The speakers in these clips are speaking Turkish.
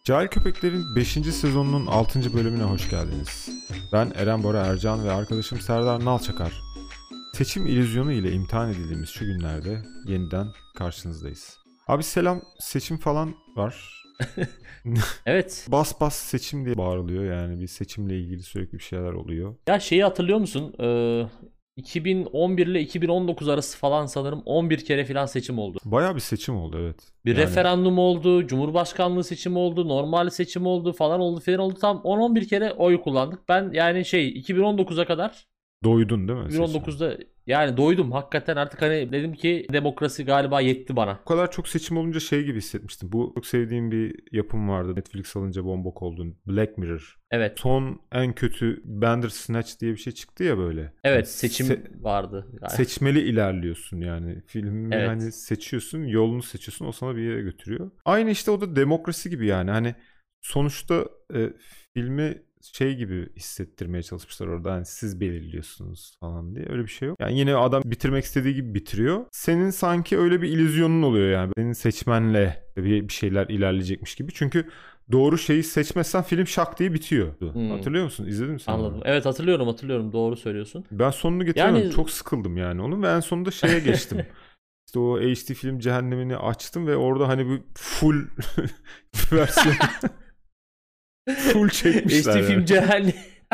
Cahil Köpekler'in 5. sezonunun 6. bölümüne hoş geldiniz. Ben Eren Bora Ercan ve arkadaşım Serdar Nalçakar. Seçim illüzyonu ile imtihan edildiğimiz şu günlerde yeniden karşınızdayız. Abi selam, seçim falan var. Evet. Bas bas seçim diye bağırılıyor, yani bir seçimle ilgili sürekli bir şeyler oluyor. Ya şeyi hatırlıyor musun? 2011 ile 2019 arası falan sanırım 11 kere falan seçim oldu. Bayağı bir seçim oldu, evet. Bir referandum oldu, cumhurbaşkanlığı seçimi oldu, normal seçim oldu falan oldu filan oldu. Tam 10-11 kere oy kullandık. Ben yani 2019'a kadar Doydun değil mi? 2019'da yani doydum hakikaten, artık hani dedim ki demokrasi galiba yetti bana. O kadar çok seçim olunca şey gibi hissetmiştim. Bu çok sevdiğim bir yapım vardı. Netflix alınca bombok oldu. Black Mirror. Evet. Son en kötü Bandersnatch diye bir şey çıktı ya böyle. Evet, Yani seçim vardı. Seçmeli ilerliyorsun yani. Filmi Evet. hani seçiyorsun, yolunu seçiyorsun, o sana bir yere götürüyor. Aynı işte o da demokrasi gibi yani. Hani sonuçta filmi şey gibi hissettirmeye çalışmışlar orada. Hani siz belirliyorsunuz falan diye. Öyle bir şey yok. Yani yine adam bitirmek istediği gibi bitiriyor. Senin sanki öyle bir illüzyonun oluyor yani. Senin seçmenle bir şeyler ilerleyecekmiş gibi. Çünkü doğru şeyi seçmezsen film şak diye bitiyor. Hatırlıyor musun? İzledin mi sen Anladım. onu? Evet, hatırlıyorum. Doğru söylüyorsun. Ben sonunu getiremedim. Yani Çok sıkıldım yani onun ve en sonunda şeye geçtim. İşte o HD film cehennemini açtım ve orada hani bir full versiyon full çekmişler HD yani. film cehennemi.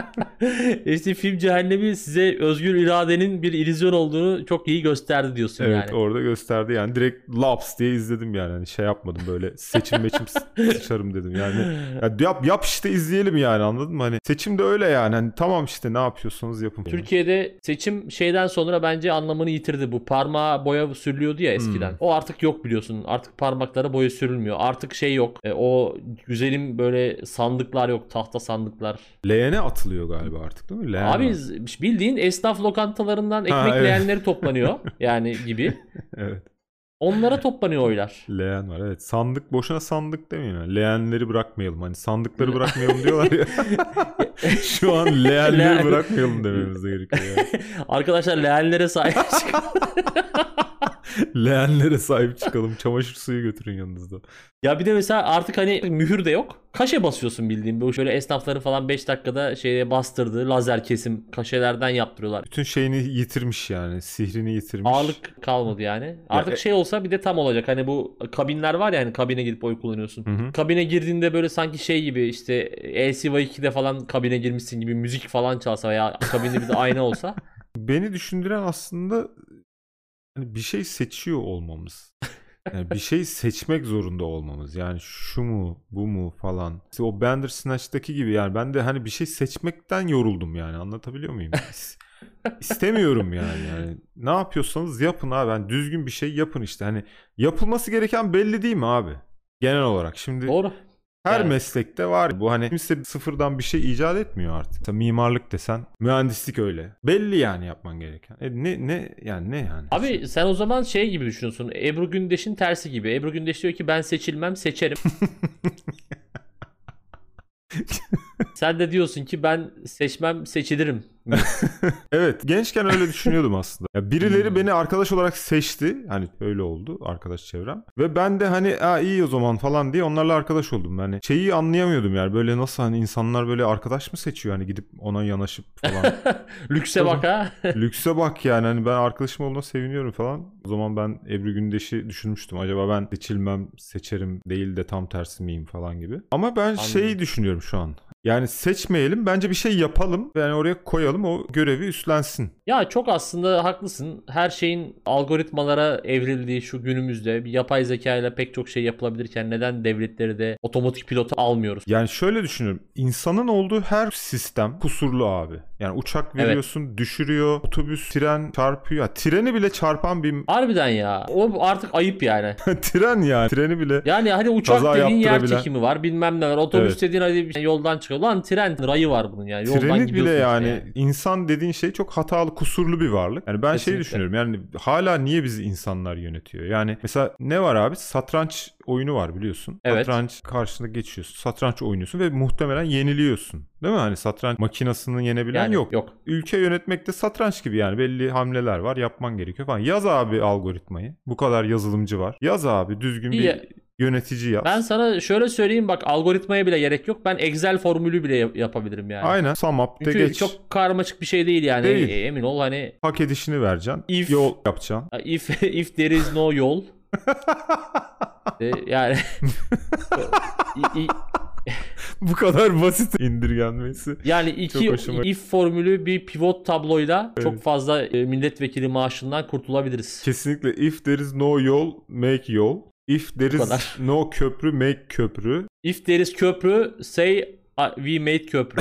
HD film cehennemi size özgür iradenin bir illüzyon olduğunu çok iyi gösterdi diyorsun Evet, yani. orada gösterdi yani. Direkt laps diye izledim yani. Hani şey yapmadım, böyle seçim sıçarım dedim yani. Ya yap işte, izleyelim yani, anladın mı? Hani seçim de öyle yani. Hani tamam işte, ne yapıyorsanız yapın. Türkiye'de seçim şeyden sonra bence anlamını yitirdi. Bu parmağa boya sürülüyordu ya eskiden. O artık yok, biliyorsun. Artık parmaklara boya sürülmüyor. Artık şey yok. O güzelim böyle sandıklar yok. Tahta sandıklar. Leğene atılıyor galiba artık, değil mi? Leğen Abi var. bildiğin esnaf lokantalarından ekmek Evet. leğenleri toplanıyor. Yani gibi. Evet. Onlara toplanıyor oylar. Leğen var, evet. Sandık, boşuna sandık demiyor yani. Leğenleri bırakmayalım. Hani sandıkları bırakmayalım diyorlar ya. Şu an leğenleri bırakmayalım dememiz de gerekiyor yani. Arkadaşlar leğenlere sahip çıkın. Leğenlere sahip çıkalım. Çamaşır suyu götürün yanınızda. Ya bir de mesela artık hani mühür de yok. Kaşe basıyorsun bildiğin. Bu şöyle esnafları falan 5 dakikada şeye bastırdığı lazer kesim kaşelerden yaptırıyorlar. Bütün şeyini yitirmiş yani. Sihrini yitirmiş. Ağırlık kalmadı yani. Artık şey olsa bir de tam olacak. Hani bu kabinler var ya, hani kabine gidip oy kullanıyorsun. Hı. Kabine girdiğinde böyle sanki şey gibi, işte LCY2'de falan kabine girmişsin gibi müzik falan çalsa veya kabinde bir de ayna olsa. Beni düşündüren aslında hani bir şey seçiyor olmamız. Yani bir şey seçmek zorunda olmamız. Yani şu mu, bu mu falan. İşte o Bandersnatch'taki gibi yani. Ben de hani bir şey seçmekten yoruldum yani. Anlatabiliyor muyum? İstemiyorum yani. Yani ne yapıyorsanız yapın abi. Yani düzgün bir şey yapın işte. Hani yapılması gereken belli değil mi abi? Genel olarak. Şimdi Doğru. her Yani. meslekte var bu, hani kimse sıfırdan bir şey icat etmiyor artık. Mesela mimarlık desen, mühendislik öyle. Belli yani yapman gereken. Ne yani. Abi sen o zaman şey gibi düşünüyorsun. Ebru Gündeş'in tersi gibi. Ebru Gündeş diyor ki ben seçilmem, seçerim. Sen de diyorsun ki ben seçmem, seçilirim. Evet, gençken öyle düşünüyordum aslında. Ya birileri beni arkadaş olarak seçti. Hani öyle oldu arkadaş çevrem. Ve ben de hani iyi o zaman falan diye onlarla arkadaş oldum. Yani şeyi anlayamıyordum yani, böyle nasıl hani insanlar böyle arkadaş mı seçiyor, hani gidip ona yanaşıp falan. Lükse bak ha. Lükse bak yani, hani ben arkadaşım olduğuna seviniyorum falan. O zaman ben Ebru Gündeş'i düşünmüştüm. Acaba ben seçilmem, seçerim değil de tam tersi miyim falan gibi. Ama ben şeyi düşünüyorum şu an. Yani seçmeyelim, bence bir şey yapalım. Yani oraya koyalım, o görevi üstlensin. Ya çok aslında haklısın. Her şeyin algoritmalara evrildiği şu günümüzde bir yapay zeka ile pek çok şey yapılabilirken neden devletleri de otomatik pilota almıyoruz? Yani şöyle düşünüyorum. İnsanın olduğu her sistem kusurlu abi. Yani uçak veriyorsun, düşürüyor. Otobüs, tren çarpıyor. Ya, treni bile çarpan bir... Harbiden ya. O artık ayıp yani. Tren yani. Treni bile Yani hani uçak kaza dediğin yer yaptırabilen... çekimi var, bilmem ne var. Otobüs Evet. dediğin hadi bir yoldan çıkıyor. Lan tren rayı var bunun yani. Yoldan Treni bile gidiyorsun yani, işte yani. insan dediğin şey çok hatalı, kusurlu bir varlık. Yani ben şeyi Kesinlikle. düşünüyorum. Yani hala niye bizi insanlar yönetiyor? Yani mesela ne var abi? Satranç oyunu var, biliyorsun. Evet. Satranç karşısında geçiyorsun. Satranç oynuyorsun ve muhtemelen yeniliyorsun. Değil mi? Hani satranç makinasını yenebilen Yani yok. Ülke yönetmek de satranç gibi yani. Belli hamleler var, yapman gerekiyor falan. Yaz abi algoritmayı. Bu kadar yazılımcı var. Yaz abi düzgün bir yönetici yaz. Ben sana şöyle söyleyeyim bak, algoritmaya bile gerek yok. Ben Excel formülü bile yapabilirim yani. Aynen. Sum up de Çünkü geç. çok karmaşık bir şey değil yani. Değil. Emin ol hani. Hak edişini vereceksin. If- Yol yapacaksın. If there is no yol. Yani Bu kadar basit indirgenmesi. yani Çok iki hoşuma- if formülü bir pivot tabloyla Evet. çok fazla milletvekili maaşından kurtulabiliriz. Kesinlikle if there is no yol, make yol. If there kadar. is no köprü, make köprü. If there is köprü, say we made köprü.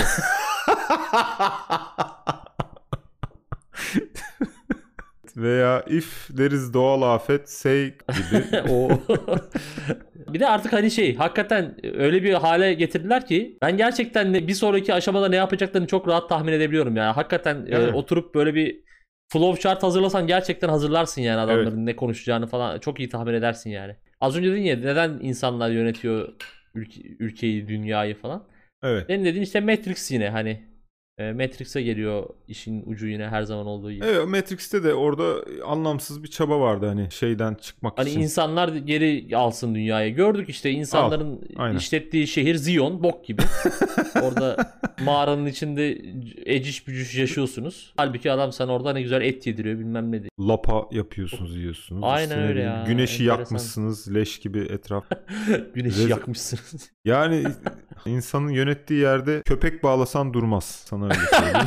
Veya if there is doğal afet, say gibi. O. Bir de artık hani hakikaten öyle bir hale getirdiler ki ben gerçekten bir sonraki aşamada ne yapacaklarını çok rahat tahmin edebiliyorum yani. Hakikaten Evet. oturup böyle bir flowchart hazırlasan gerçekten hazırlarsın yani adamların ne konuşacağını falan çok iyi tahmin edersin yani. Az önce dedin ya neden insanlar yönetiyor ülkeyi, dünyayı falan. Evet. Senin dediğin işte Matrix yine hani Matrix'e geliyor işin ucu yine her zaman olduğu gibi. Evet, Matrix'te de orada anlamsız bir çaba vardı hani şeyden çıkmak Hani için. insanlar geri alsın dünyayı. Gördük işte insanların Aynen. işlettiği şehir Zion bok gibi. Orada mağaranın içinde eciş bücüş yaşıyorsunuz. Halbuki adam sana orada ne güzel et yediriyor bilmem ne diye. Lapa yapıyorsunuz, yiyorsunuz. Aynen İşte ne öyle bileyim, ya, güneşi enteresan. yakmışsınız, leş gibi etraf. Güneşi yakmışsınız. Yani insanın yönettiği yerde köpek bağlasan durmaz. Sana öyle söyleyeyim.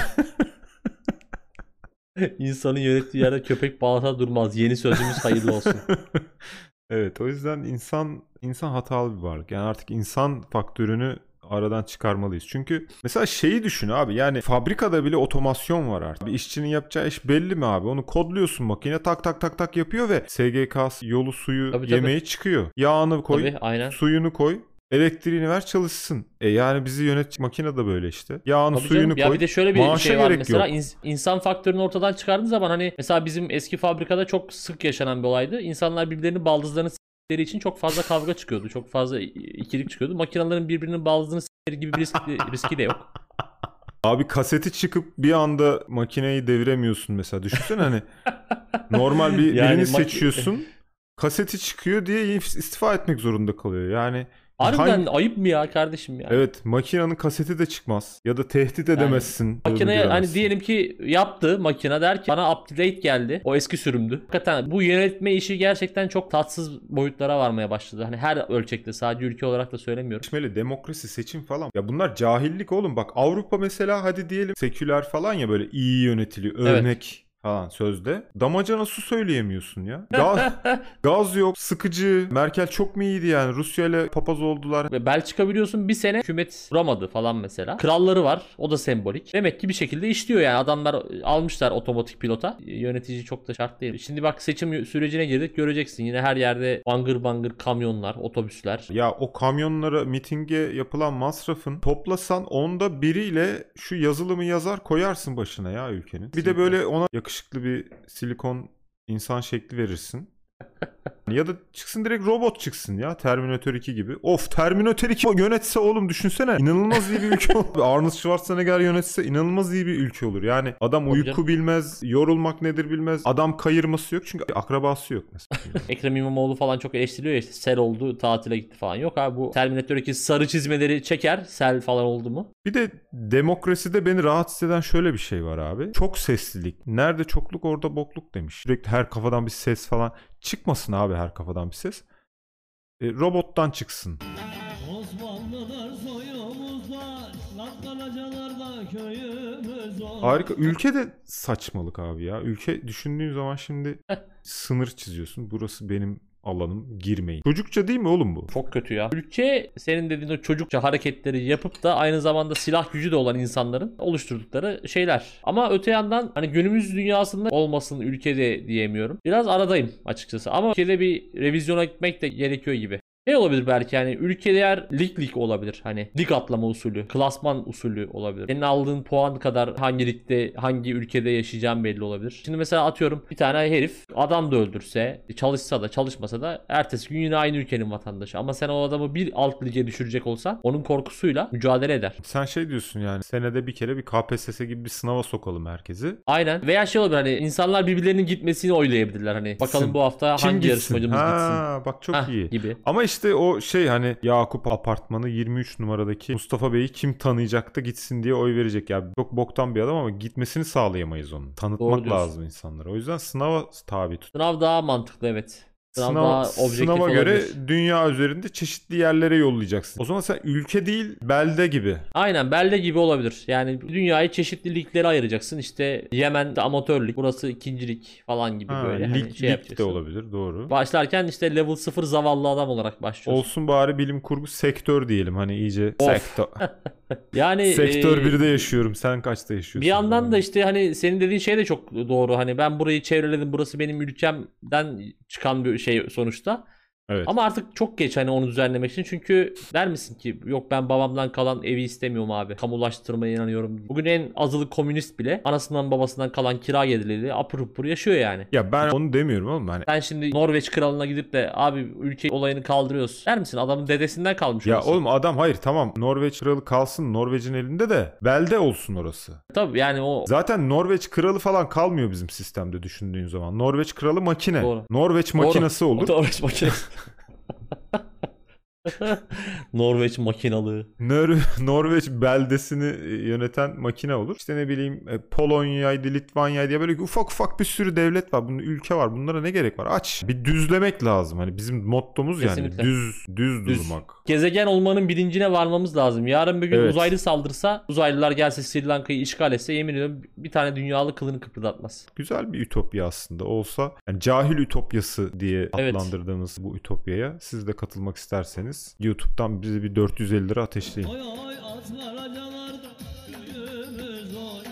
İnsanın yönettiği yerde köpek bağlasa durmaz. Yeni sözümüz hayırlı olsun. Evet, o yüzden insan hatalı bir varlık. Yani artık insan faktörünü aradan çıkarmalıyız. Çünkü mesela şeyi düşün abi, yani fabrikada bile otomasyon var artık. Bir işçinin yapacağı iş belli mi abi? Onu kodluyorsun, makine tak tak tak tak yapıyor ve SGK'sı, yolu, suyu, Tabii. yemeği çıkıyor. Yağını koy, Tabii, aynen. suyunu koy. Elektriğini ver çalışsın. Yani bizi yönetecek makine de böyle işte. Yağını Tabii suyunu canım. Ya koy. bir de şöyle bir Maaşa şey var gerek mesela yok. insan faktörünü ortadan çıkardığın zaman hani mesela bizim eski fabrikada çok sık yaşanan bir olaydı. İnsanlar birbirlerinin baldızlarını s**leri için çok fazla kavga çıkıyordu. Çok fazla ikilik çıkıyordu. Makinelerin birbirinin baldızını s**leri gibi bir riski de yok. Abi kaseti çıkıp bir anda makineyi deviremiyorsun mesela. Düşünsene hani normal birini seçiyorsun. Kaseti çıkıyor diye istifa etmek zorunda kalıyor. Yani harbiden ayıp mı ya kardeşim ya? Evet, makinenin kaseti de çıkmaz. Ya da tehdit edemezsin. Makineye hani diyelim ki yaptı, makine der ki bana update geldi. O eski sürümdü. Hakikaten bu yönetme işi gerçekten çok tatsız boyutlara varmaya başladı. Hani her ölçekte, sadece ülke olarak da söylemiyorum. Seçmeli, demokrasi, seçim falan. Ya bunlar cahillik oğlum. Bak Avrupa mesela, hadi diyelim seküler falan ya, böyle iyi yönetiliyor. Örnek falan sözde. Damacana su söyleyemiyorsun ya. Gaz yok, sıkıcı. Merkel çok mu iyiydi yani? Rusya ile papaz oldular. Ve Belçika biliyorsun bir sene hükümet kuramadı falan mesela. Kralları var. O da sembolik. Demek ki bir şekilde işliyor yani. Adamlar almışlar otomatik pilota. Yönetici çok da şart değil. Şimdi bak seçim sürecine girdik, göreceksin. Yine her yerde bangır bangır kamyonlar, otobüsler. Ya o kamyonlara, mitinge yapılan masrafın toplasan onda biriyle şu yazılımı yazar koyarsın başına ya ülkenin. Bir de böyle ona yakışıklı bir silikon insan şekli verirsin. Ya da çıksın direkt robot çıksın ya. Terminator 2 gibi. Of, Terminator 2 yönetse oğlum, düşünsene. İnanılmaz iyi bir ülke olur. Arnold Schwarzenegger yönetse inanılmaz iyi bir ülke olur. Yani adam uyku bilmez, yorulmak nedir bilmez. Adam kayırması yok çünkü akrabası yok mesela. Ekrem İmamoğlu falan çok eleştiriyor ya, işte sel oldu, tatile gitti falan. Yok abi, bu Terminator 2 sarı çizmeleri çeker sel falan oldu mu? Bir de demokraside beni rahatsız eden şöyle bir şey var abi. Çok seslilik. Nerede çokluk orada bokluk demiş. Sürekli her kafadan bir ses falan. Çıkmasın abi her kafadan bir ses. Robottan çıksın. Osmanlılar soyumuz var, Nakkalacalarda köyümüz var. Harika. Ülke de saçmalık abi ya. Ülke düşündüğün zaman şimdi sınır çiziyorsun. Burası benim alanım, girmeyin. Çocukça değil mi oğlum bu? Çok kötü ya. Ülke senin dediğin o çocukça hareketleri yapıp da aynı zamanda silah gücü de olan insanların oluşturdukları şeyler. Ama öte yandan hani günümüz dünyasında olmasın ülkede diyemiyorum. Biraz aradayım açıkçası. Ama ülkede bir revizyona gitmek de gerekiyor gibi. Ne olabilir belki, yani ülkeler lig olabilir. Hani lig atlama usulü, klasman usulü olabilir. Senin aldığın puan kadar hangi ligde, hangi ülkede yaşayacağın belli olabilir. Şimdi mesela atıyorum bir tane herif adam da öldürse, çalışsa da çalışmasa da ertesi gün yine aynı ülkenin vatandaşı. Ama sen o adamı bir alt lige düşürecek olsan onun korkusuyla mücadele eder. Sen şey diyorsun yani, senede bir kere bir KPSS gibi bir sınava sokalım herkesi. Aynen. Veya şey olabilir, hani insanlar birbirlerinin gitmesini oylayabilirler. Hani bakalım bu hafta Kim hangi gitsin? yarışmacımız gitsin. Bak çok iyi. Gibi. Ama işte o şey hani Yakup Apartmanı 23 numaradaki Mustafa Bey'i kim tanıyacak da gitsin diye oy verecek. Ya çok boktan bir adam ama gitmesini sağlayamayız onu. Tanıtmak lazım insanlara. O yüzden sınava tabi tut. Sınav daha mantıklı, evet. Daha objektif sınava göre olabilir. dünya üzerinde çeşitli yerlere yollayacaksın. O zaman sen ülke değil belde gibi. Aynen, belde gibi olabilir. Yani dünyayı çeşitli liglere ayıracaksın. İşte Yemen'de amatör lig, burası ikinci lig falan gibi böyle. Lig, hani şey lig yapacaksın. de olabilir, doğru. Başlarken işte level 0 zavallı adam olarak başlıyorsun. Olsun bari bilim kurgu sektör diyelim hani iyice sektör. Yani Sektör 1'de yaşıyorum. Sen kaçta yaşıyorsun? bir yandan da işte hani senin dediğin şey de çok doğru. Hani ben burayı çevreledim, burası benim ülkemden çıkan bir şey sonuçta. Evet. Ama artık çok geç hani onu düzenlemek için. Çünkü der misin ki yok ben babamdan kalan evi istemiyorum abi, kamulaştırmaya inanıyorum. Bugün en azılı komünist bile anasından babasından kalan kira gelirleriyle apır upur yaşıyor yani. Ya ben onu demiyorum ama hani. Sen şimdi Norveç kralına gidip de abi ülke olayını kaldırıyoruz der misin? Adamın dedesinden kalmış Ya orası. oğlum adam hayır tamam Norveç kralı kalsın Norveç'in elinde de belde olsun orası. Tabii yani o Zaten Norveç kralı falan kalmıyor bizim sistemde düşündüğün zaman. Norveç kralı makine. Doğru. Norveç makinası olur. Norveç makinası. Norveç makinalığı. Norveç beldesini yöneten makine olur. İşte ne bileyim Polonya'ydı, Litvanya'ydı diye böyle ufak ufak bir sürü devlet var. Bunun ülke var. Bunlara ne gerek var? Aç. Bir düzlemek lazım. Hani bizim mottomuz Kesinlikle. yani düz durmak. Gezegen olmanın bilincine varmamız lazım. Yarın bir gün Evet. uzaylı saldırsa, uzaylılar gelse Sri Lanka'yı işgal etse yemin ediyorum bir tane dünyalı kılını kıpırdatmaz. Güzel bir ütopya aslında olsa. Yani cahil ütopyası diye adlandırdığımız bu ütopyaya siz de katılmak isterseniz YouTube'dan bize bir 450 lira ateşleyin. Oy oy az karacalarda köyümüz oy.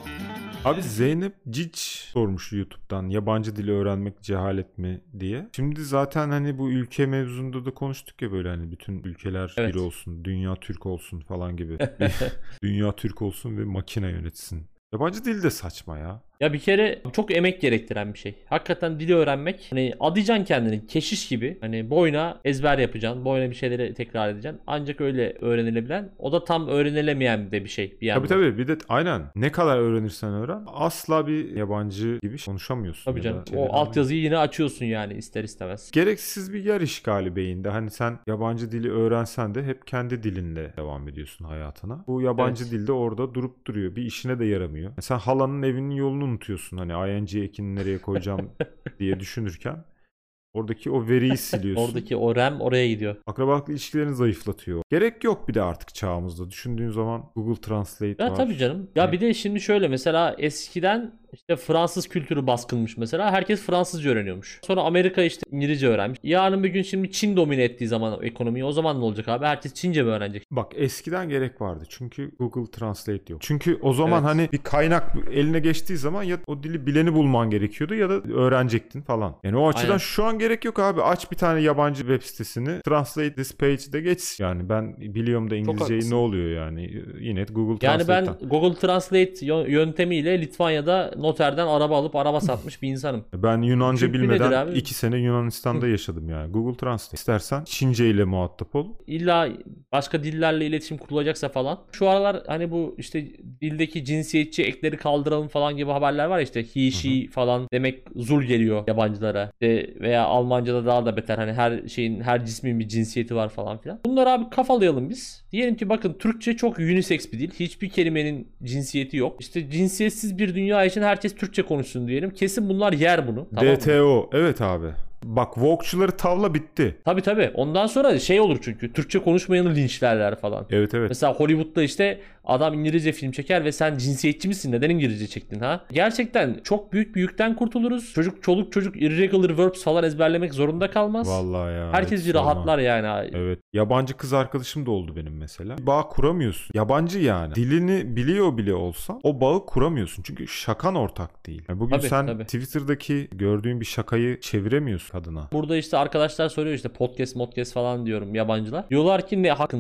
Abi Zeynep Cic sormuş YouTube'dan yabancı dili öğrenmek cehalet mi diye. Şimdi zaten hani bu ülke mevzunda da konuştuk ya böyle hani bütün ülkeler Evet. bir olsun, dünya Türk olsun falan gibi. Dünya Türk olsun ve makine yönetsin. Yabancı dil de saçma ya. Ya bir kere çok emek gerektiren bir şey. Hakikaten dili öğrenmek. Hani adayacaksın kendini keşiş gibi. Hani boyuna ezber yapacaksın. Boyuna bir şeyleri tekrar edeceksin. Ancak öyle öğrenilebilen. O da tam öğrenilemeyen de bir şey bir yandan. Tabii bir de aynen ne kadar öğrenirsen öğren asla bir yabancı gibi konuşamıyorsun. Tabii ya canım. da O şeyleri altyazıyı yine açıyorsun yani ister istemez. gereksiz bir yer işgali beyinde. Hani sen yabancı dili öğrensen de hep kendi dilinle devam ediyorsun hayatına. Bu yabancı Evet. dilde orada durup duruyor. Bir işine de yaramıyor. Sen halanın evinin yolunu unutuyorsun. Hani ing ekini nereye koyacağım diye düşünürken oradaki o veriyi siliyorsun. Oradaki o RAM oraya gidiyor. Akrabalık ilişkilerini zayıflatıyor. Gerek yok bir de artık çağımızda. Düşündüğün zaman Google Translate Ya var. tabii canım. Ya Hani- bir de şimdi şöyle mesela eskiden işte Fransız kültürü baskınmış mesela. Herkes Fransızca öğreniyormuş. Sonra Amerika işte İngilizce öğrenmiş. Yarın bir gün şimdi Çin domine ettiği zaman ekonomiyi o zaman ne olacak abi? Herkes Çince mi öğrenecek? Bak eskiden gerek vardı. Çünkü Google Translate yok. Çünkü o zaman Evet. hani bir kaynak eline geçtiği zaman ya o dili bileni bulman gerekiyordu ya da öğrenecektin falan. Yani o açıdan Aynen. şu an gerek yok abi. Aç bir tane yabancı web sitesini. Translate this page'de geç. Yani ben biliyorum da İngilizceyi haklısın. ne oluyor yani. Yine Google Yani ben Translate'ten. Google Translate yöntemiyle Litvanya'da noterden araba alıp araba satmış bir insanım. Ben Yunanca Çünkü nedir bilmeden abi? 2 sene Yunanistan'da yaşadım yani. Google Translate. İstersen Çince ile muhatap ol. İlla başka dillerle iletişim kurulacaksa falan. Şu aralar hani bu işte dildeki cinsiyetçi ekleri kaldıralım falan gibi haberler var ya işte he she falan demek zul geliyor yabancılara. İşte veya Almanca'da daha da beter hani her şeyin her cismin bir cinsiyeti var falan filan. Bunları abi kafalayalım biz. Diyelim ki bakın Türkçe çok unisex bir dil. Hiçbir kelimenin cinsiyeti yok. İşte cinsiyetsiz bir dünya için herkes Türkçe konuşsun diyelim. Kesin bunlar yer bunu. Tamam mı? DTO. Evet abi. Bak Vogue'çuları tavla bitti. Tabii. Ondan sonra şey olur çünkü. Türkçe konuşmayanı linçlerler falan. Evet. Mesela Hollywood'da işte adam İngilizce film çeker ve sen cinsiyetçi misin? Neden İngilizce çektin ha? Gerçekten çok büyük bir yükten kurtuluruz. Çoluk çocuk irregular verbs falan ezberlemek zorunda kalmaz. Vallahi ya. Herkes hiç bir sorma. rahatlar yani. Evet. Yabancı kız arkadaşım da oldu benim mesela. Bir bağ kuramıyorsun. Yabancı yani. Dilini biliyor bile olsan o bağı kuramıyorsun. Çünkü şakan ortak değil. Yani bugün sen Tabii. Twitter'daki gördüğün bir şakayı çeviremiyorsun kadına. Burada işte arkadaşlar soruyor işte podcast falan diyorum yabancılar. Diyorlar ki ne hakkında?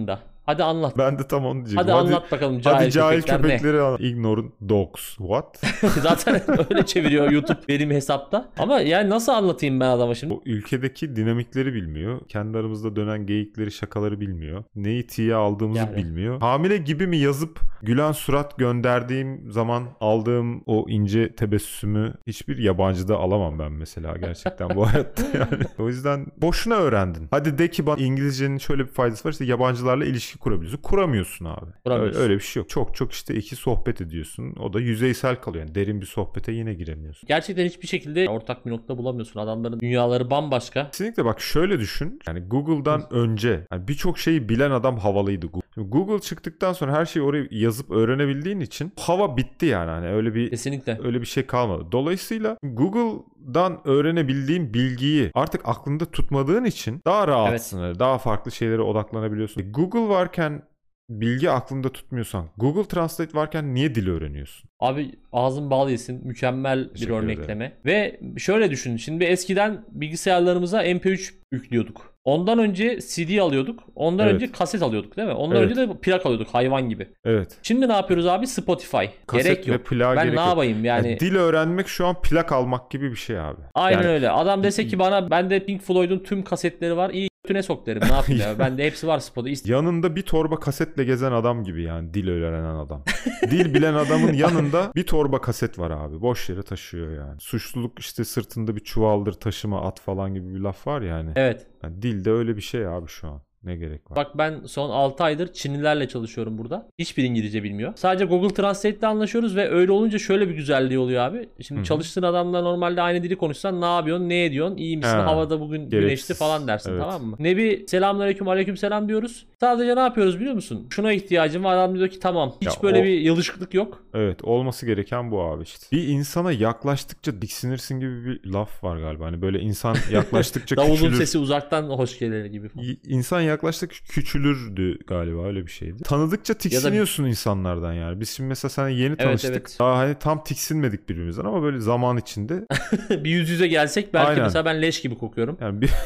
Hadi anlat. Ben de tam onu diyecektim. Hadi anlat bakalım cahil, Hadi cahil köpekler ne? köpekleri anlat. Ignore dogs. What? Zaten öyle çeviriyor YouTube benim hesapta. Ama yani nasıl anlatayım ben adama şimdi? O ülkedeki dinamikleri bilmiyor. Kendi aramızda dönen geyikleri, şakaları bilmiyor. Neyi tiye aldığımızı Yani. bilmiyor. Hamile gibi mi yazıp gülen surat gönderdiğim zaman aldığım o ince tebessümü hiçbir yabancıda alamam ben mesela gerçekten bu hayatta yani. O yüzden boşuna öğrendin. Hadi de ki bana İngilizcenin şöyle bir faydası var. İşte yabancılarla ilişki kurabiliyorsun. Kuramıyorsun abi. Kuramıyorsun. Öyle bir şey yok. Çok işte iki sohbet ediyorsun. O da yüzeysel kalıyor. Yani derin bir sohbete yine giremiyorsun. Gerçekten hiçbir şekilde ortak bir nokta bulamıyorsun. Adamların dünyaları bambaşka. Kesinlikle bak şöyle düşün. Yani Google'dan önce yani birçok şeyi bilen adam havalıydı. Şimdi Google çıktıktan sonra her şeyi oraya yazıp öğrenebildiğin için hava bitti yani. Hani Kesinlikle. öyle bir şey kalmadı. Dolayısıyla Google'dan öğrenebildiğin bilgiyi artık aklında tutmadığın için daha rahatsın. Daha farklı şeylere odaklanabiliyorsun. Google varken bilgi aklında tutmuyorsan, Google Translate varken niye dil öğreniyorsun? Abi ağzın bal yesin. Mükemmel bir Teşekkür örnekleme. Ve şöyle düşün. Şimdi eskiden bilgisayarlarımıza MP3 yüklüyorduk. Ondan önce CD alıyorduk. Ondan Evet. önce kaset alıyorduk değil mi? Ondan Evet. önce de plak alıyorduk hayvan gibi. Evet. Şimdi ne yapıyoruz abi? Spotify. Kaset Gerek ve yok. plağa Ben gerek ne yok. yapayım yani? Dil öğrenmek şu an plak almak gibi bir şey abi. Aynen Yani öyle. Adam dese ki bana bende Pink Floyd'un tüm kasetleri var. İyi götüne sok derim. Ne yapayım ya? Bende hepsi var Spotify. yanında bir torba kasetle gezen adam gibi yani dil öğrenen adam. Dil bilen adamın yanında bir torba kaset var abi. Boş yere taşıyor yani. Suçluluk işte sırtında bir çuvaldır taşıma at falan gibi bir laf var yani. Evet. Yani dilde öyle bir şey abi şu an. Ne gerek var? Bak ben son 6 aydır Çinlilerle çalışıyorum burada. Hiçbir İngilizce bilmiyor. Sadece Google Translate ile anlaşıyoruz ve öyle olunca şöyle bir güzelliği oluyor abi. Şimdi Hı-hı. çalıştığın adamla normalde aynı dili konuşsan ne yapıyorsun, ne ediyorsun, iyi misin, Ha, havada bugün gereksiz. güneşli falan dersin, Evet. tamam mı? Ne bir selamünaleyküm, aleykümselam diyoruz. Sadece ne yapıyoruz biliyor musun? Şuna ihtiyacım var. Adam diyor ki tamam. Hiç Ya böyle bir yalışıklık yok. Evet, olması gereken bu abi işte. Bir insana yaklaştıkça diksinirsin gibi bir laf var galiba. Hani böyle insan yaklaştıkça Davulun küçülür. sesi uzaktan hoş gelir gibi falan. İnsan yaklaştıkça küçülürdü galiba, öyle bir şeydi. Tanıdıkça tiksiniyorsun insanlardan yani. Biz şimdi mesela seninle yeni tanıştık. evet. Daha hani tam tiksinmedik birbirimizden ama böyle zaman içinde Bir yüz yüze gelsek belki Aynen. mesela ben leş gibi kokuyorum. yani bir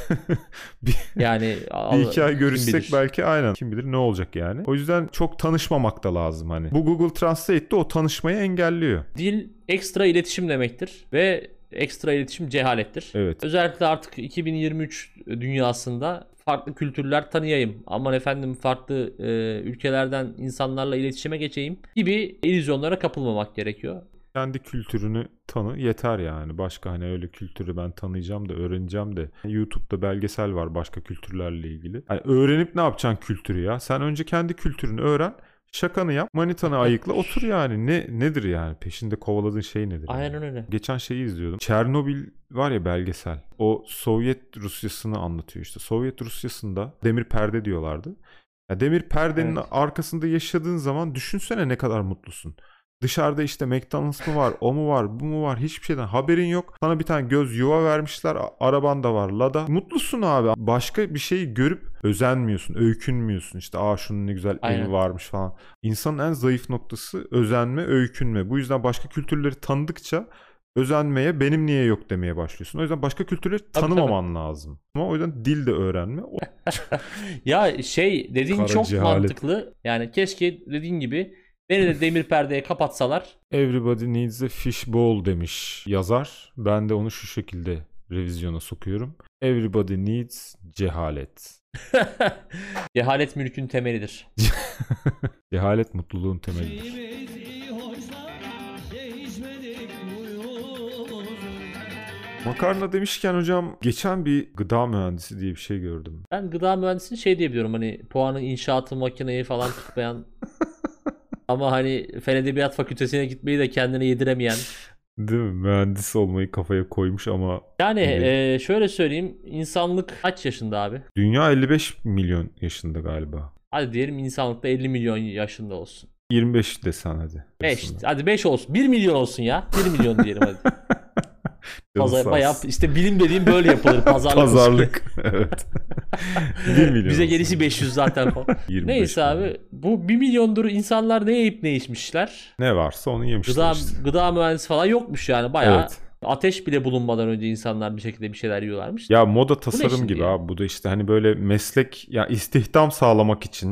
Yani bir iki ay kim görüşsek bilir. belki aynen. Kim bilir ne olacak yani. O yüzden çok tanışmamak da lazım hani. Bu Google Translate de o tanışmayı engelliyor. Dil ekstra iletişim demektir ve ekstra iletişim cehalettir. Evet. Özellikle artık 2023 dünyasında farklı kültürler tanıyayım. Aman efendim farklı ülkelerden insanlarla iletişime geçeyim gibi illüzyonlara kapılmamak gerekiyor. Kendi kültürünü tanı yeter yani. Başka hani öyle kültürü ben tanıyacağım da öğreneceğim de. YouTube'da belgesel var başka kültürlerle ilgili. Hani öğrenip ne yapacaksın kültürü ya? Sen önce kendi kültürünü öğren. Şakanı yap, manitanı ayıkla, otur yani. Nedir yani? Peşinde kovaladığın şey nedir? Aynen yani? öyle. Geçen şeyi izliyordum. Çernobil var ya, belgesel. O Sovyet Rusyası'nı anlatıyor işte. Sovyet Rusyası'nda demir perde diyorlardı. Ya demir perdenin Evet. arkasında yaşadığın zaman düşünsene ne kadar mutlusun. Dışarıda işte McDonald's mı var, o mu var, bu mu var, hiçbir şeyden haberin yok. Sana bir tane göz yuva vermişler, araban da var, Lada. Mutlusun abi. Başka bir şeyi görüp özenmiyorsun, öykünmüyorsun. İşte şunun ne güzel Aynen. evi varmış falan. İnsanın en zayıf noktası özenme, öykünme. Bu yüzden başka kültürleri tanıdıkça özenmeye, benim niye yok demeye başlıyorsun. O yüzden başka kültürleri tanımaman lazım. Ama o yüzden dil de öğrenme. Ya dediğin Kara çok cehalet. mantıklı. Yani keşke dediğin gibi beni de demir perdeye kapatsalar. Everybody needs a fishbowl demiş yazar. Ben de onu şu şekilde revizyona sokuyorum. Everybody needs cehalet. Cehalet mülkün temelidir. Cehalet mutluluğun temelidir. Şeyimiz iyi hoşlar, değişmedik huyumuz. Makarna demişken hocam, geçen bir gıda mühendisi diye bir şey gördüm. Ben gıda mühendisini diyebiliyorum, hani puanı inşaatı makineyi falan tutmayan ama hani Fen Edebiyat Fakültesine gitmeyi de kendine yediremeyen. Değil mi? Mühendis olmayı kafaya koymuş ama Yani Değil. şöyle söyleyeyim, insanlık kaç yaşında abi? dünya 55 milyon yaşında galiba. Hadi diyelim insanlık da 50 milyon yaşında olsun. 25 desen hadi. 5, hadi 5 olsun. 1 milyon olsun ya. 1 milyon diyelim hadi. Bayağı işte bilim dediğim böyle yapılır. Pazarlık. Evet. 1 milyon Bize olsun. gerisi 500 zaten falan. 25 Neyse milyon. abi, bu 1 milyondur insanlar ne yiyip ne içmişler. Ne varsa onu yemişler Gıda, işte. gıda mühendisi falan yokmuş yani, bayağı Evet. ateş bile bulunmadan önce insanlar bir şekilde bir şeyler yiyorlarmış. Ya moda tasarım şimdi gibi ya? abi. Bu da işte hani böyle meslek ya istihdam sağlamak için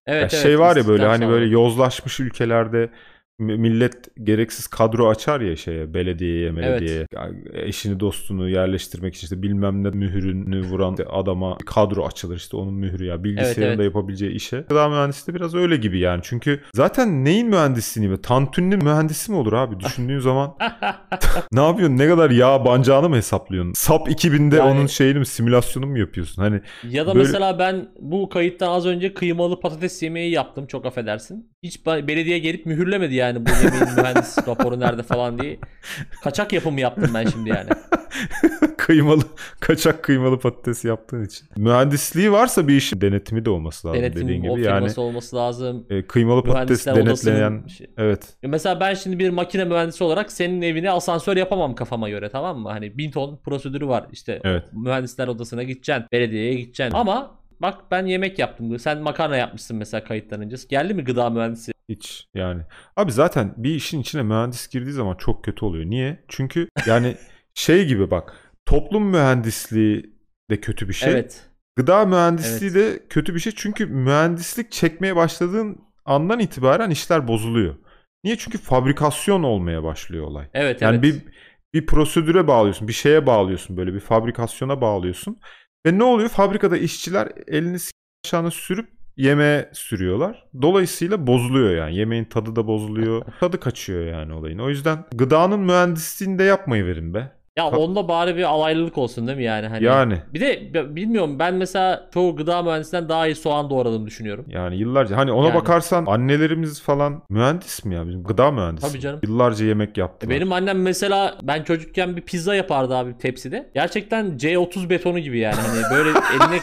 Evet, şey evet, var ya böyle istihdam hani böyle sağlamak. yozlaşmış ülkelerde millet gereksiz kadro açar ya şeye, belediyeye, Evet. eşini dostunu yerleştirmek için işte bilmem ne mühürünü vuran işte adama kadro açılır, işte onun mührü ya, Evet, bilgisayarın da evet. yapabileceği işe. Gıda mühendisliği de biraz öyle gibi yani. Çünkü zaten neyin mühendisliğini mi? Tantuninin mühendisi mi olur abi? Düşündüğün zaman ne yapıyorsun? Ne kadar yağ bancağını mı hesaplıyorsun? SAP 2000'de onun Yani şeyini mi, simülasyonu mu yapıyorsun? Hani ya da böyle mesela ben bu kayıttan az önce kıymalı patates yemeği yaptım, çok affedersin. Hiç belediye gelip mühürlemedi yani bu yemeğin mühendis raporu nerede falan diye. Kaçak yapımı yaptım ben şimdi yani. kıymalı, kaçak kıymalı patates yaptığın için. Mühendisliği varsa bir işin denetimi de olması lazım dediğin Denetim o gibi. Yani firması olması lazım. kıymalı patates Mühendisler denetleyen, odasının evet. Mesela ben şimdi bir makine mühendisi olarak senin evine asansör yapamam kafama göre, tamam mı? Hani 1000 ton prosedürü var. İşte Evet. o mühendisler odasına gideceksin, belediyeye gideceksin. Ama bak ben yemek yaptım. Sen makarna yapmışsın mesela kayıttan önce. Geldi mi gıda mühendisi? Hiç yani. Abi zaten bir işin içine mühendis girdiği zaman çok kötü oluyor. Niye? Çünkü yani şey gibi bak, toplum mühendisliği de kötü bir şey. Evet. Gıda mühendisliği Evet. de kötü bir şey. Çünkü mühendislik çekmeye başladığın andan itibaren işler bozuluyor. Niye? Çünkü fabrikasyon olmaya başlıyor olay. Evet, Yani evet. bir prosedüre bağlıyorsun, bir şeye bağlıyorsun, böyle bir fabrikasyona bağlıyorsun. Ve ne oluyor? Fabrikada işçiler elini aşağına sürüp yemeğe sürüyorlar. Dolayısıyla bozuluyor yani. Yemeğin tadı da bozuluyor. Tadı kaçıyor yani olayın. O yüzden gıdanın mühendisliğini de yapmayı verin be. Ya onda bari bir alaylılık olsun değil mi yani hani. Yani. Bir de bilmiyorum, ben mesela çoğu gıda mühendisinden daha iyi soğan doğradığını düşünüyorum. Yani yıllarca hani ona Yani bakarsan annelerimiz falan mühendis mi ya, bizim gıda mühendisi. tabii canım. Yıllarca yemek yaptılar. Benim annem mesela, ben çocukken bir pizza yapardı abi tepside. Gerçekten C30 betonu gibi yani. Hani böyle eline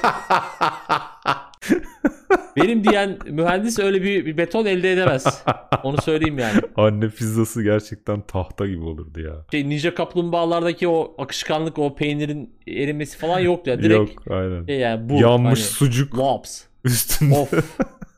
benim diyen mühendis öyle bir beton elde edemez. Onu söyleyeyim yani. Anne pizzası gerçekten tahta gibi olurdu ya. Ninja kaplumbağalardaki o akışkanlık, o peynirin erimesi falan yoktu ya. Direkt Yok, aynen. yani bu Yanmış hani sucuk lops. üstünde. Of.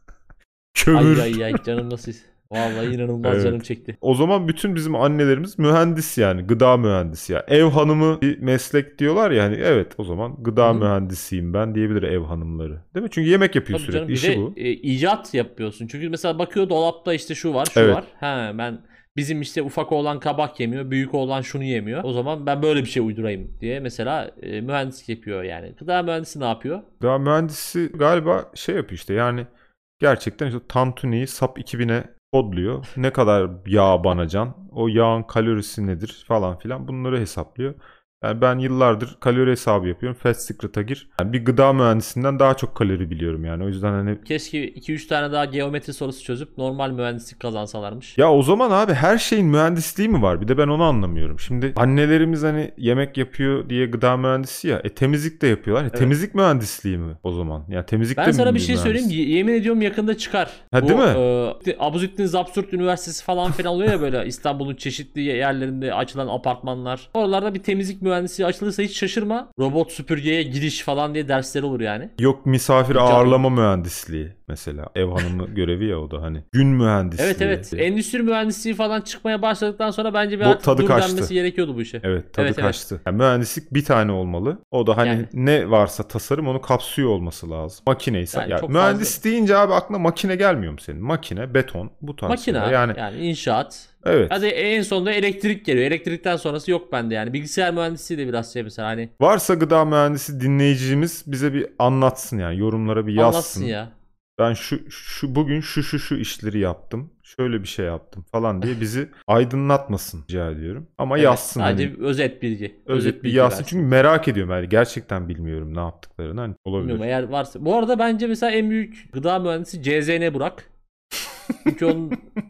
Kömür. Ay canım nasıl. Vallahi inanılmaz Evet. canım çekti. O zaman bütün bizim annelerimiz mühendis yani. Gıda mühendisi ya. Ev hanımı bir meslek diyorlar ya, hani evet, o zaman gıda Hı-hı. mühendisiyim ben diyebilir ev hanımları. Değil mi? Çünkü yemek yapıyor Tabii sürekli. canım, bir İşi de bu. icat yapıyorsun. Çünkü mesela bakıyor dolapta işte şu var, şu Evet. var. Ha ben bizim işte ufak oğlan kabak yemiyor, büyük oğlan şunu yemiyor. O zaman ben böyle bir şey uydurayım diye mesela mühendislik yapıyor yani. Gıda mühendisi ne yapıyor? Gıda mühendisi galiba şey yapıyor işte, yani gerçekten işte tantuniyi SAP 2000'e kodluyor. Ne kadar yağ banacan, o yağın kalorisi nedir falan filan, bunları hesaplıyor. Yani ben yıllardır kalori hesabı yapıyorum. Fast Secret'a gir. Yani bir gıda mühendisinden daha çok kalori biliyorum yani. O yüzden hani Keşke 2-3 tane daha geometri sorusu çözüp normal mühendislik kazansalarmış. ya o zaman abi her şeyin mühendisliği mi var? Bir de ben onu anlamıyorum. Şimdi annelerimiz hani yemek yapıyor diye gıda mühendisi ya. Temizlik de yapıyorlar. Evet. Temizlik mühendisliği mi o zaman? Ya temizlik Ben de sana mi bir şey söyleyeyim. mühendislik? Yemin ediyorum yakında çıkar. Ha, Bu değil mi? Abuzittin Zabsurt Üniversitesi falan filan oluyor ya, böyle İstanbul'un çeşitli yerlerinde açılan apartmanlar. Oralarda bir temizlik mühendisi açılırsa hiç şaşırma. Robot süpürgeye giriş falan diye dersleri olur yani. Yok, misafir İcat ağırlama olur. mühendisliği mesela. Ev hanımı görevi ya o da hani. Gün mühendisliği. Evet, evet. Endüstri mühendisliği falan çıkmaya başladıktan sonra bence bir Bu artık tadı dur kaçtı. denmesi gerekiyordu bu işe. Evet, tadı Evet, evet. kaçtı. Yani mühendislik bir tane olmalı. O da hani Yani. ne varsa tasarım onu kapsıyor olması lazım. Makineyse. Yani Ya çok mühendis fazla. deyince abi aklına makine gelmiyor mu senin? Makine, beton, bu tarz şeyler. Makina Yani yani inşaat. evet. Hadi en sonunda elektrik geliyor. Elektrikten sonrası yok bende yani. Bilgisayar mühendisliği de biraz şey mesela hani. Varsa gıda mühendisi dinleyicimiz bize bir anlatsın, yani yorumlara bir Anlatsın yazsın. ya. Ben şu bugün şu işleri yaptım. Şöyle bir şey yaptım falan diye bizi aydınlatmasın rica ediyorum. Ama Evet, yazsın sadece hani, bir özet bilgi. özet bir bilgi yazsın. versin. Çünkü merak ediyorum yani, gerçekten bilmiyorum ne yaptıklarını. Hani olabilir. Bilmiyorum eğer varsa. Bu arada bence mesela en büyük gıda mühendisi CZN Burak. Çünkü onun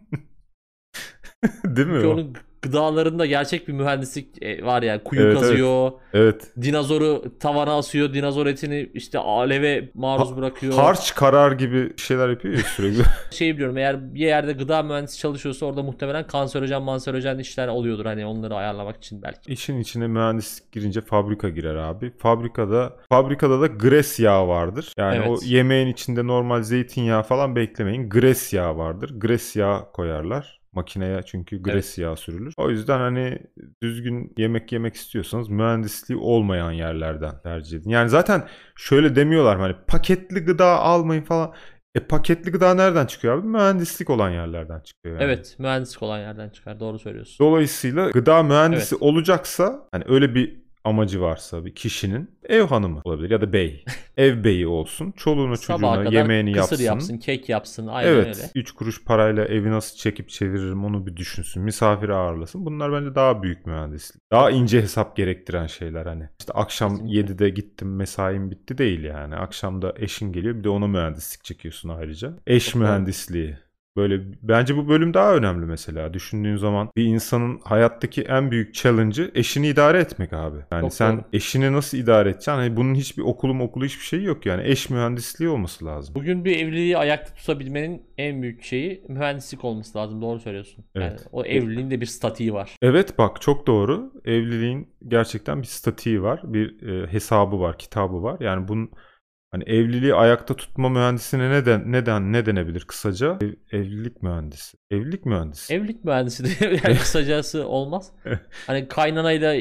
Değil mi çünkü o? onun gıdalarında gerçek bir mühendislik var yani. Kuyu Evet, kazıyor. evet. Dinozoru tavana asıyor. Dinozor etini işte aleve maruz bırakıyor. Harç karar gibi şeyler yapıyor ya sürekli. Şey biliyorum, eğer bir yerde gıda mühendisi çalışıyorsa orada muhtemelen kanserojen işler oluyordur. Hani onları ayarlamak için belki. İşin içine mühendislik girince fabrika girer abi. Fabrikada da gres yağı vardır. Yani o Evet. yemeğin içinde normal zeytinyağı falan beklemeyin. Gres yağı vardır. Gres yağı koyarlar makineye, çünkü gres Evet. yağı sürülür. O yüzden hani düzgün yemek istiyorsanız mühendisliği olmayan yerlerden tercih edin. Yani zaten şöyle demiyorlar mı, hani paketli gıda almayın falan. Paketli gıda nereden çıkıyor abi? Mühendislik olan yerlerden çıkıyor yani. Evet, mühendislik olan yerden çıkar. Doğru söylüyorsun. Dolayısıyla gıda mühendisi olacaksa, hani öyle bir amacı varsa bir kişinin, ev hanımı olabilir ya da bey. Ev beyi olsun. Çoluğuna Sabaha çocuğuna kadar yemeğini kısır yapsın. yapsın, kek yapsın. Aynen Evet. öyle. 3 kuruş parayla evi nasıl çekip çeviririm onu bir düşünsün. Misafiri ağırlasın. Bunlar bence daha büyük mühendislik. Daha ince hesap gerektiren şeyler hani. İşte akşam Kesinlikle. 7'de gittim mesaim bitti değil yani. Akşamda eşin geliyor bir de ona mühendislik çekiyorsun ayrıca. Eş Çok doğru. mühendisliği. Böyle bence bu bölüm daha önemli mesela. Düşündüğün zaman bir insanın hayattaki en büyük challenge'ı eşini idare etmek abi. Yani Çok sen doğru. eşini nasıl idare edeceksin? Hani bunun hiçbir okulu hiçbir şey yok yani. Eş mühendisliği olması lazım. Bugün bir evliliği ayakta tutabilmenin en büyük şeyi mühendislik olması lazım. Doğru söylüyorsun. Yani Evet. o evliliğin de bir statiği var. Evet bak çok doğru. Evliliğin gerçekten bir statiği var. Bir hesabı var, kitabı var. Yani bunun hani evliliği ayakta tutma mühendisine ne denebilir kısaca? Evlilik mühendisi. Evlilik mühendisi. Evlilik mühendisi de yani kısacası olmaz. Hani kaynanayla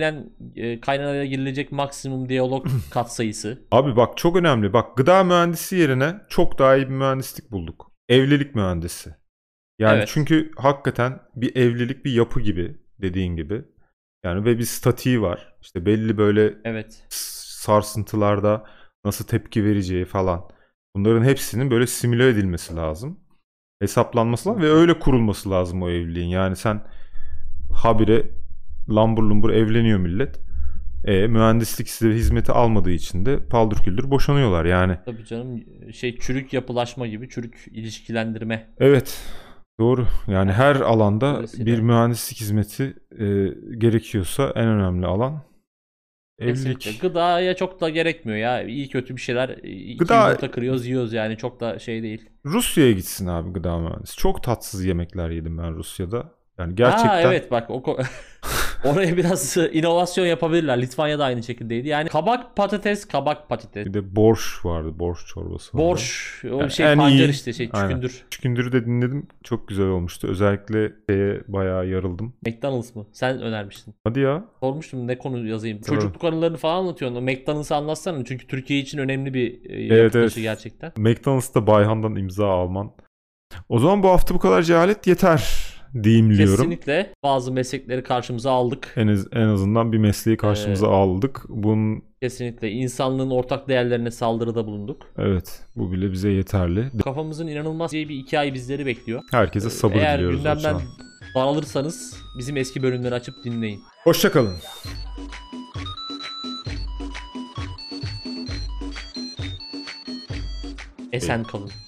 girilecek maksimum diyalog katsayısı. Abi bak çok önemli. Bak gıda mühendisi yerine çok daha iyi bir mühendislik bulduk. Evlilik mühendisi. Yani Evet. çünkü hakikaten bir evlilik bir yapı gibi dediğin gibi. Yani ve bir statiği var. İşte belli böyle Evet. sarsıntılarda nasıl tepki vereceği falan. Bunların hepsinin böyle simüle edilmesi lazım. Hesaplanması lazım ve öyle kurulması lazım o evliliğin. Yani sen habire lambur lumbur evleniyor millet. Mühendislik size hizmeti almadığı için de paldır küldür boşanıyorlar yani. Tabii canım çürük yapılaşma gibi, çürük ilişkilendirme. Evet. Doğru. Yani her alanda Dolayısıyla- bir mühendislik hizmeti gerekiyorsa en önemli alan evlilik. Kesinlikle. Gıdaya çok da gerekmiyor ya. İyi kötü bir şeyler. İki Gıda- yumurta kırıyoruz, yiyoruz yani. Çok da şey değil. Rusya'ya gitsin abi gıda mühendisi. Çok tatsız yemekler yedim ben Rusya'da. Yani gerçekten. Aa, evet bak oraya biraz inovasyon yapabilirler. Litvanya da aynı şekildeydi. Yani kabak patates. Bir de borş vardı. Borş çorbası vardı. Borş. O Yani şey en pancar iyi- işte Aynen. çükündür. Çükündür'ü de dinledim. Çok güzel olmuştu. Özellikle bayağı yarıldım. McDonald's mı? Sen önermiştin. Hadi ya. Sormuştum ne konu yazayım. Doğru. Çocukluk anılarını falan anlatıyorsun. O McDonald's'ı anlatsana. Çünkü Türkiye için önemli bir Evet, yapı taşı evet. gerçekten. McDonald's'ta Bayhan'dan imza alman. O zaman bu hafta bu kadar cehalet yeter diyeyimliyorum. Kesinlikle bazı meslekleri karşımıza aldık. En azından bir mesleği karşımıza aldık. Bunun Kesinlikle insanlığın ortak değerlerine saldırıda bulunduk. evet bu bile bize yeterli. Kafamızın inanılmaz iyi bir 2 ay bizleri bekliyor. Herkese sabır Eğer diliyoruz. o gündemden zaman. daralırsanız bizim eski bölümleri açıp dinleyin. Hoşça kalın. Esen kalın.